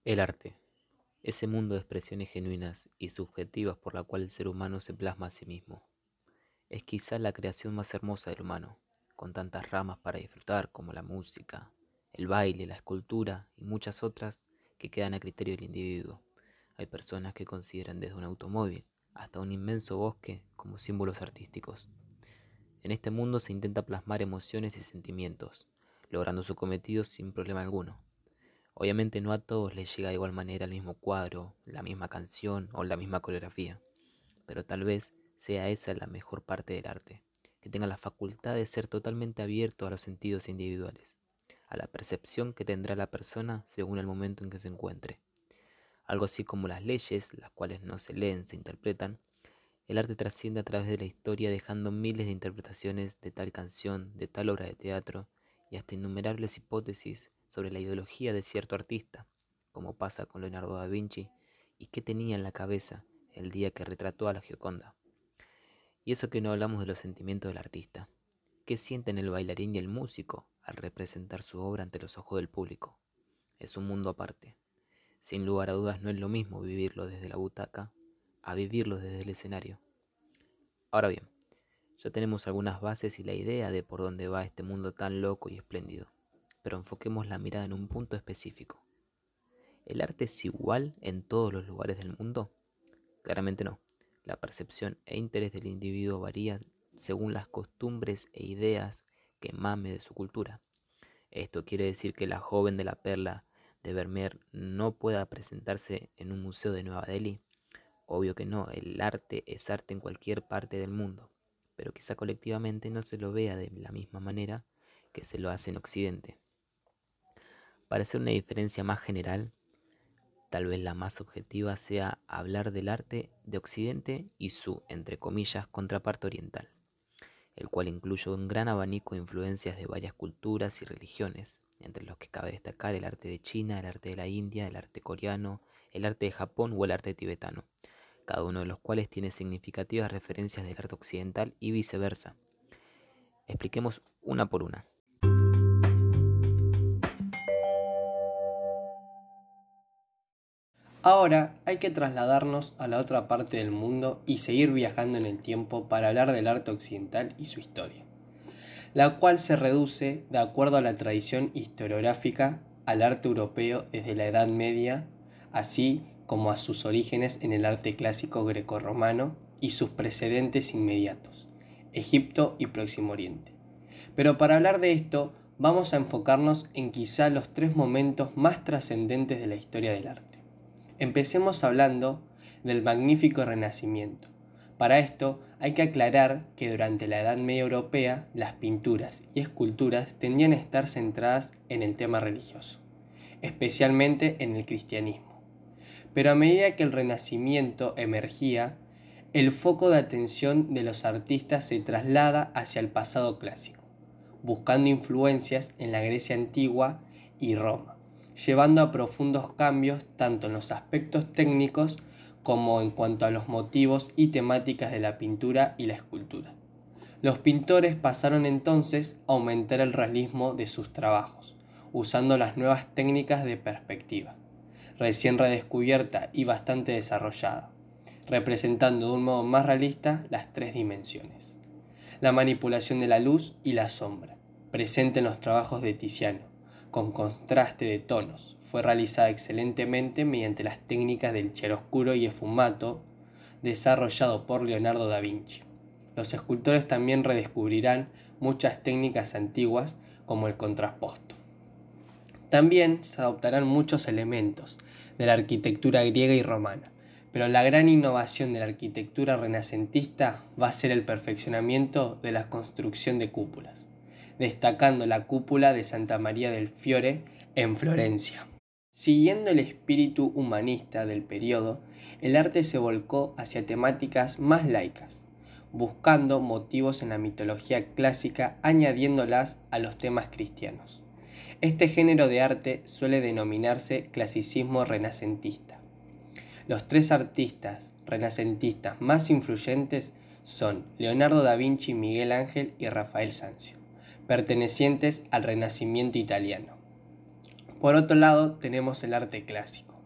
El arte, ese mundo de expresiones genuinas y subjetivas por la cual el ser humano se plasma a sí mismo, es quizá la creación más hermosa del humano, con tantas ramas para disfrutar como la música, el baile, la escultura y muchas otras que quedan a criterio del individuo. Hay personas que consideran desde un automóvil hasta un inmenso bosque como símbolos artísticos. En este mundo se intenta plasmar emociones y sentimientos, logrando su cometido sin problema alguno. Obviamente no a todos les llega de igual manera el mismo cuadro, la misma canción o la misma coreografía, pero tal vez sea esa la mejor parte del arte, que tenga la facultad de ser totalmente abierto a los sentidos individuales, a la percepción que tendrá la persona según el momento en que se encuentre. Algo así como las leyes, las cuales no se leen, se interpretan, el arte trasciende a través de la historia dejando miles de interpretaciones de tal canción, de tal obra de teatro y hasta innumerables hipótesis sobre la ideología de cierto artista, como pasa con Leonardo da Vinci y qué tenía en la cabeza el día que retrató a la Gioconda. Y eso que no hablamos de los sentimientos del artista. ¿Qué sienten el bailarín y el músico al representar su obra ante los ojos del público? Es un mundo aparte. Sin lugar a dudas no es lo mismo vivirlo desde la butaca a vivirlo desde el escenario. Ahora bien, ya tenemos algunas bases y la idea de por dónde va este mundo tan loco y espléndido, pero enfoquemos la mirada en un punto específico. ¿El arte es igual en todos los lugares del mundo? Claramente no. La percepción e interés del individuo varía según las costumbres e ideas que mame de su cultura. Esto quiere decir que la joven de la perla de Vermeer no pueda presentarse en un museo de Nueva Delhi. Obvio que no, el arte es arte en cualquier parte del mundo, pero quizá colectivamente no se lo vea de la misma manera que se lo hace en Occidente. Para hacer una diferencia más general, tal vez la más objetiva sea hablar del arte de Occidente y su, entre comillas, contraparte oriental, el cual incluye un gran abanico de influencias de varias culturas y religiones, entre los que cabe destacar el arte de China, el arte de la India, el arte coreano, el arte de Japón o el arte tibetano, cada uno de los cuales tiene significativas referencias del arte occidental y viceversa. Expliquemos una por una. Ahora hay que trasladarnos a la otra parte del mundo y seguir viajando en el tiempo para hablar del arte occidental y su historia, la cual se reduce, de acuerdo a la tradición historiográfica, al arte europeo desde la Edad Media, así como a sus orígenes en el arte clásico grecorromano y sus precedentes inmediatos, Egipto y Próximo Oriente. Pero para hablar de esto, vamos a enfocarnos en quizá los tres momentos más trascendentes de la historia del arte. Empecemos hablando del magnífico Renacimiento. Para esto hay que aclarar que durante la Edad Media Europea las pinturas y esculturas tendían a estar centradas en el tema religioso, especialmente en el cristianismo. Pero a medida que el Renacimiento emergía, el foco de atención de los artistas se traslada hacia el pasado clásico, buscando influencias en la Grecia antigua y Roma, llevando a profundos cambios tanto en los aspectos técnicos como en cuanto a los motivos y temáticas de la pintura y la escultura. Los pintores pasaron entonces a aumentar el realismo de sus trabajos, usando las nuevas técnicas de perspectiva, recién redescubierta y bastante desarrollada, representando de un modo más realista las tres dimensiones. La manipulación de la luz y la sombra, presente en los trabajos de Tiziano, con contraste de tonos, fue realizada excelentemente mediante las técnicas del chiaroscuro y esfumato desarrollado por Leonardo da Vinci. Los escultores también redescubrirán muchas técnicas antiguas como el contrapposto. También se adoptarán muchos elementos de la arquitectura griega y romana, pero la gran innovación de la arquitectura renacentista va a ser el perfeccionamiento de la construcción de cúpulas, destacando la cúpula de Santa María del Fiore en Florencia. Siguiendo el espíritu humanista del periodo, el arte se volcó hacia temáticas más laicas, buscando motivos en la mitología clásica añadiéndolas a los temas cristianos. Este género de arte suele denominarse clasicismo renacentista. Los tres artistas renacentistas más influyentes son Leonardo da Vinci, Miguel Ángel y Rafael Sanzio, pertenecientes al Renacimiento italiano. Por otro lado tenemos el arte clásico,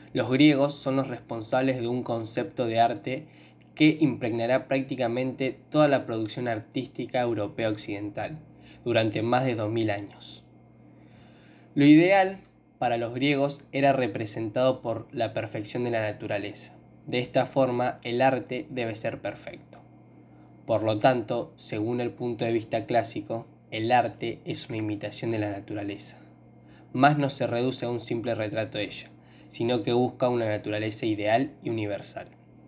Los griegos son los responsables de un concepto de arte que impregnará prácticamente toda la producción artística europea occidental durante más de 2000 años. Lo ideal para los griegos era representado por la perfección de la naturaleza. De esta forma, el arte debe ser perfecto. Por lo tanto, según el punto de vista clásico, el arte es una imitación de la naturaleza. Más no se reduce a un simple retrato de ella, sino que busca una naturaleza ideal y universal.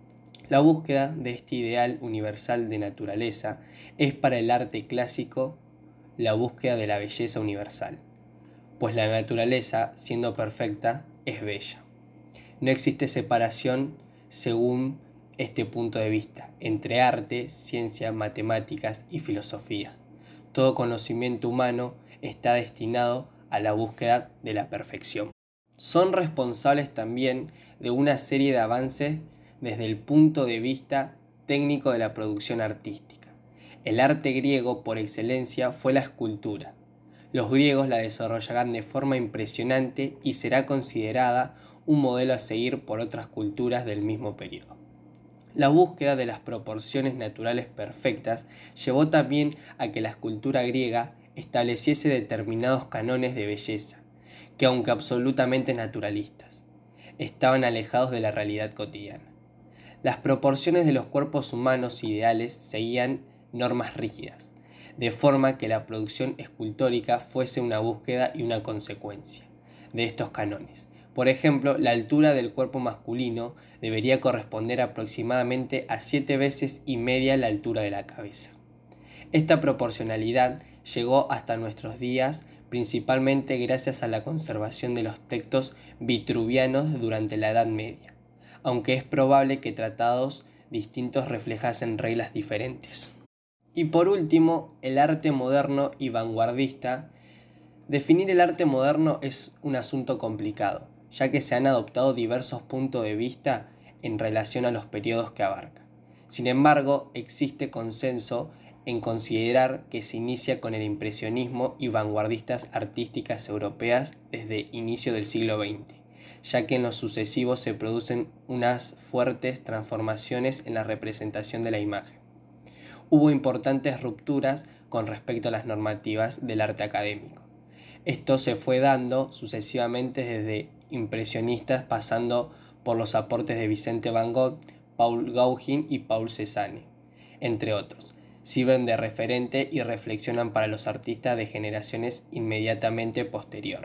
La búsqueda de este ideal universal de naturaleza es para el arte clásico la búsqueda de la belleza universal, pues la naturaleza, siendo perfecta, es bella. No existe separación, según este punto de vista, entre arte, ciencia, matemáticas y filosofía. Todo conocimiento humano está destinado a la búsqueda de la perfección. Son responsables también de una serie de avances desde el punto de vista técnico de la producción artística. El arte griego por excelencia fue la escultura. Los griegos la desarrollarán de forma impresionante y será considerada un modelo a seguir por otras culturas del mismo periodo. La búsqueda de las proporciones naturales perfectas llevó también a que la escultura griega estableciese determinados cánones de belleza, que aunque absolutamente naturalistas, estaban alejados de la realidad cotidiana. Las proporciones de los cuerpos humanos ideales seguían normas rígidas, de forma que la producción escultórica fuese una búsqueda y una consecuencia de estos cánones. Por ejemplo, la altura del cuerpo masculino debería corresponder aproximadamente a 7 veces y media la altura de la cabeza. Esta proporcionalidad llegó hasta nuestros días principalmente gracias a la conservación de los textos vitruvianos durante la Edad Media, aunque es probable que tratados distintos reflejasen reglas diferentes. Y por último, el arte moderno y vanguardista. Definir el arte moderno es un asunto complicado, ya que se han adoptado diversos puntos de vista en relación a los periodos que abarca. Sin embargo, existe consenso en considerar que se inicia con el impresionismo y vanguardistas artísticas europeas desde inicio del siglo XX, ya que en los sucesivos se producen unas fuertes transformaciones en la representación de la imagen. Hubo importantes rupturas con respecto a las normativas del arte académico. Esto se fue dando sucesivamente desde impresionistas pasando por los aportes de Vicente Van Gogh, Paul Gauguin y Paul Cézanne, entre otros. Sirven de referente y reflexionan para los artistas de generaciones inmediatamente posterior.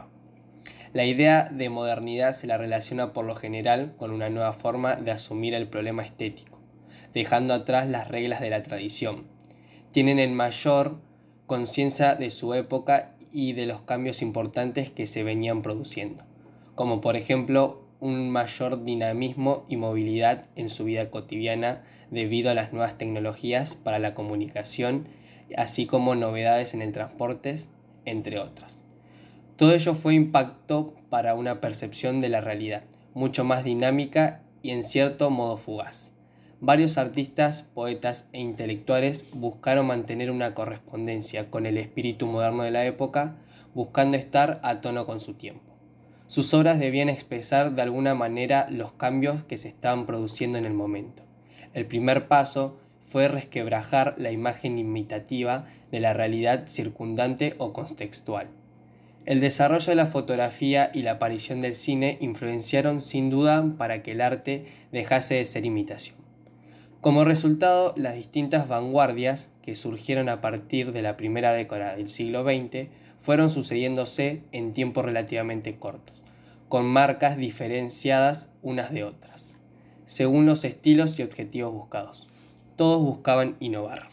La idea de modernidad se la relaciona por lo general con una nueva forma de asumir el problema estético, dejando atrás las reglas de la tradición. Tienen en mayor conciencia de su época y de los cambios importantes que se venían produciendo, como por ejemplo un mayor dinamismo y movilidad en su vida cotidiana debido a las nuevas tecnologías para la comunicación, así como novedades en el transporte, entre otras. Todo ello fue impacto para una percepción de la realidad, mucho más dinámica y en cierto modo fugaz. Varios artistas, poetas e intelectuales buscaron mantener una correspondencia con el espíritu moderno de la época, buscando estar a tono con su tiempo. Sus obras debían expresar de alguna manera los cambios que se estaban produciendo en el momento. El primer paso fue resquebrajar la imagen imitativa de la realidad circundante o contextual. El desarrollo de la fotografía y la aparición del cine influenciaron sin duda para que el arte dejase de ser imitación. Como resultado, las distintas vanguardias que surgieron a partir de la primera década del siglo XX fueron sucediéndose en tiempos relativamente cortos, con marcas diferenciadas unas de otras, según los estilos y objetivos buscados. Todos buscaban innovar.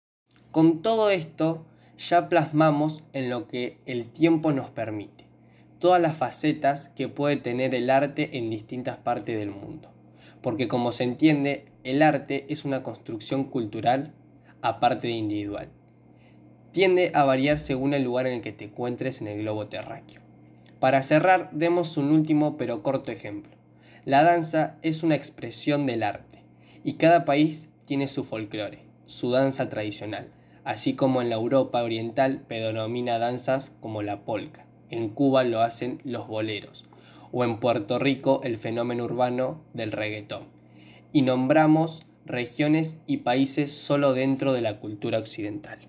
Con todo esto, ya plasmamos en lo que el tiempo nos permite, todas las facetas que puede tener el arte en distintas partes del mundo. Porque como se entiende, el arte es una construcción cultural aparte de individual. Tiende a variar según el lugar en el que te encuentres en el globo terráqueo. Para cerrar, demos un último pero corto ejemplo. La danza es una expresión del arte, y cada país tiene su folclore, su danza tradicional, así como en la Europa oriental predomina danzas como la polka. En Cuba lo hacen los boleros, o en Puerto Rico el fenómeno urbano del reggaetón. Y nombramos regiones y países solo dentro de la cultura occidental.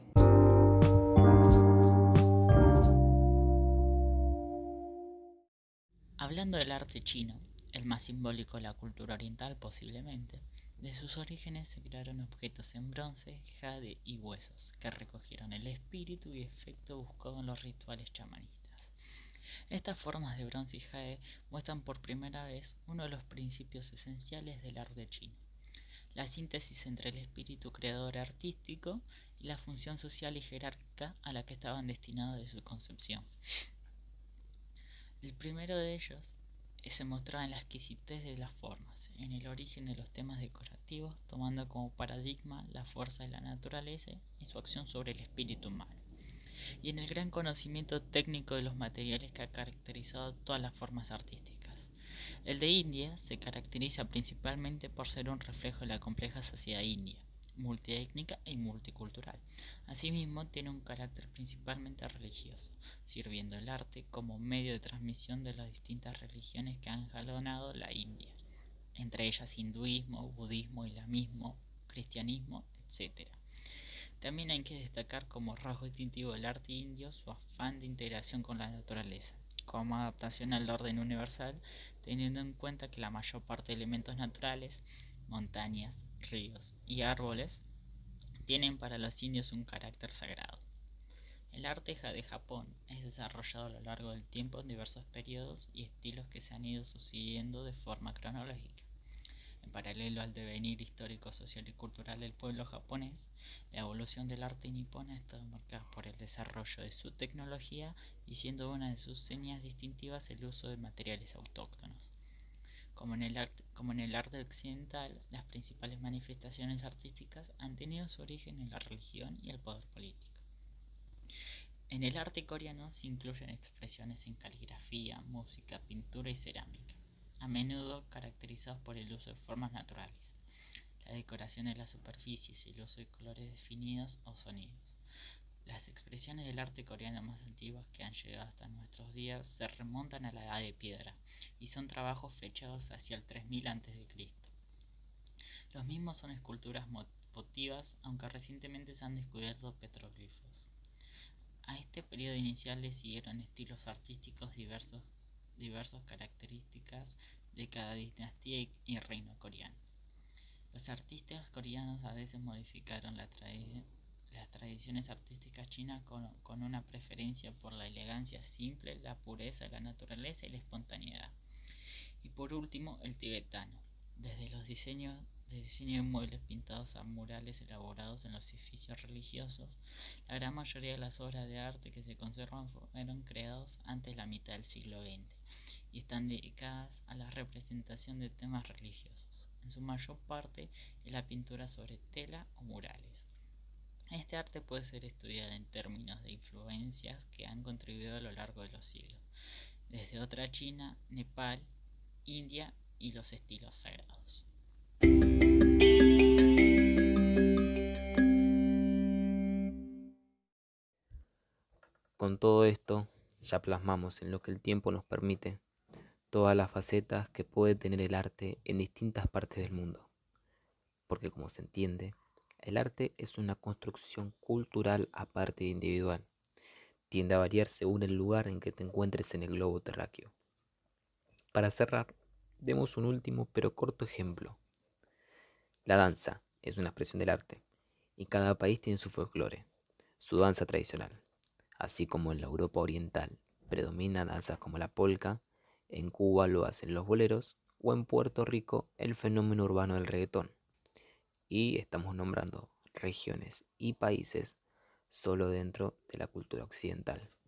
Hablando del arte chino, el más simbólico de la cultura oriental posiblemente, de sus orígenes se crearon objetos en bronce, jade y huesos, que recogieron el espíritu y efecto buscado en los rituales chamanistas. Estas formas de bronce y jade muestran por primera vez uno de los principios esenciales del arte chino, la síntesis entre el espíritu creador artístico y la función social y jerárquica a la que estaban destinados de su concepción. El primero de ellos se mostraba en la exquisitez de las formas, en el origen de los temas decorativos, tomando como paradigma la fuerza de la naturaleza y su acción sobre el espíritu humano, y en el gran conocimiento técnico de los materiales que ha caracterizado todas las formas artísticas. El de India se caracteriza principalmente por ser un reflejo de la compleja sociedad india, multiétnica y multicultural. Asimismo, tiene un carácter principalmente religioso, sirviendo el arte como medio de transmisión de las distintas religiones que han jalonado la India, entre ellas hinduismo, budismo, islamismo, cristianismo, etc. También hay que destacar como rasgo distintivo del arte indio su afán de integración con la naturaleza, como adaptación al orden universal, teniendo en cuenta que la mayor parte de elementos naturales, montañas, ríos y árboles, tienen para los indios un carácter sagrado. El arte de Japón es desarrollado a lo largo del tiempo en diversos periodos y estilos que se han ido sucediendo de forma cronológica. En paralelo al devenir histórico, social y cultural del pueblo japonés, la evolución del arte nipón ha estado marcada por el desarrollo de su tecnología y siendo una de sus señas distintivas el uso de materiales autóctonos. Como en el arte occidental, las principales manifestaciones artísticas han tenido su origen en la religión y el poder político. En el arte coreano se incluyen expresiones en caligrafía, música, pintura y cerámica, a menudo caracterizados por el uso de formas naturales, la decoración de las superficies y el uso de colores definidos o sonidos. Las expresiones del arte coreano más antiguas que han llegado hasta nuestros días se remontan a la Edad de Piedra y son trabajos fechados hacia el 3000 a.C. Los mismos son esculturas votivas, aunque recientemente se han descubierto petroglifos. A este periodo inicial le siguieron estilos artísticos diversas características de cada dinastía y reino coreano. Los artistas coreanos a veces modificaron las tradiciones artísticas chinas con una preferencia por la elegancia simple, la pureza de la naturaleza y la espontaneidad. Y por último, el tibetano, desde los diseños de muebles pintados a murales elaborados en los edificios religiosos, la gran mayoría de las obras de arte que se conservan fueron creadas antes de la mitad del siglo XX y están dedicadas a la representación de temas religiosos. En su mayor parte es la pintura sobre tela o murales. Este arte puede ser estudiado en términos de influencias que han contribuido a lo largo de los siglos, desde otra China, Nepal, India y los estilos sagrados. Con todo esto, ya plasmamos en lo que el tiempo nos permite todas las facetas que puede tener el arte en distintas partes del mundo. Porque como se entiende, el arte es una construcción cultural aparte de individual. Tiende a variar según el lugar en que te encuentres en el globo terráqueo. Para cerrar, demos un último pero corto ejemplo. La danza es una expresión del arte y cada país tiene su folclore, su danza tradicional. Así como en la Europa oriental predomina danzas como la polka, en Cuba lo hacen los boleros o en Puerto Rico el fenómeno urbano del reggaetón. Y estamos nombrando regiones y países solo dentro de la cultura occidental.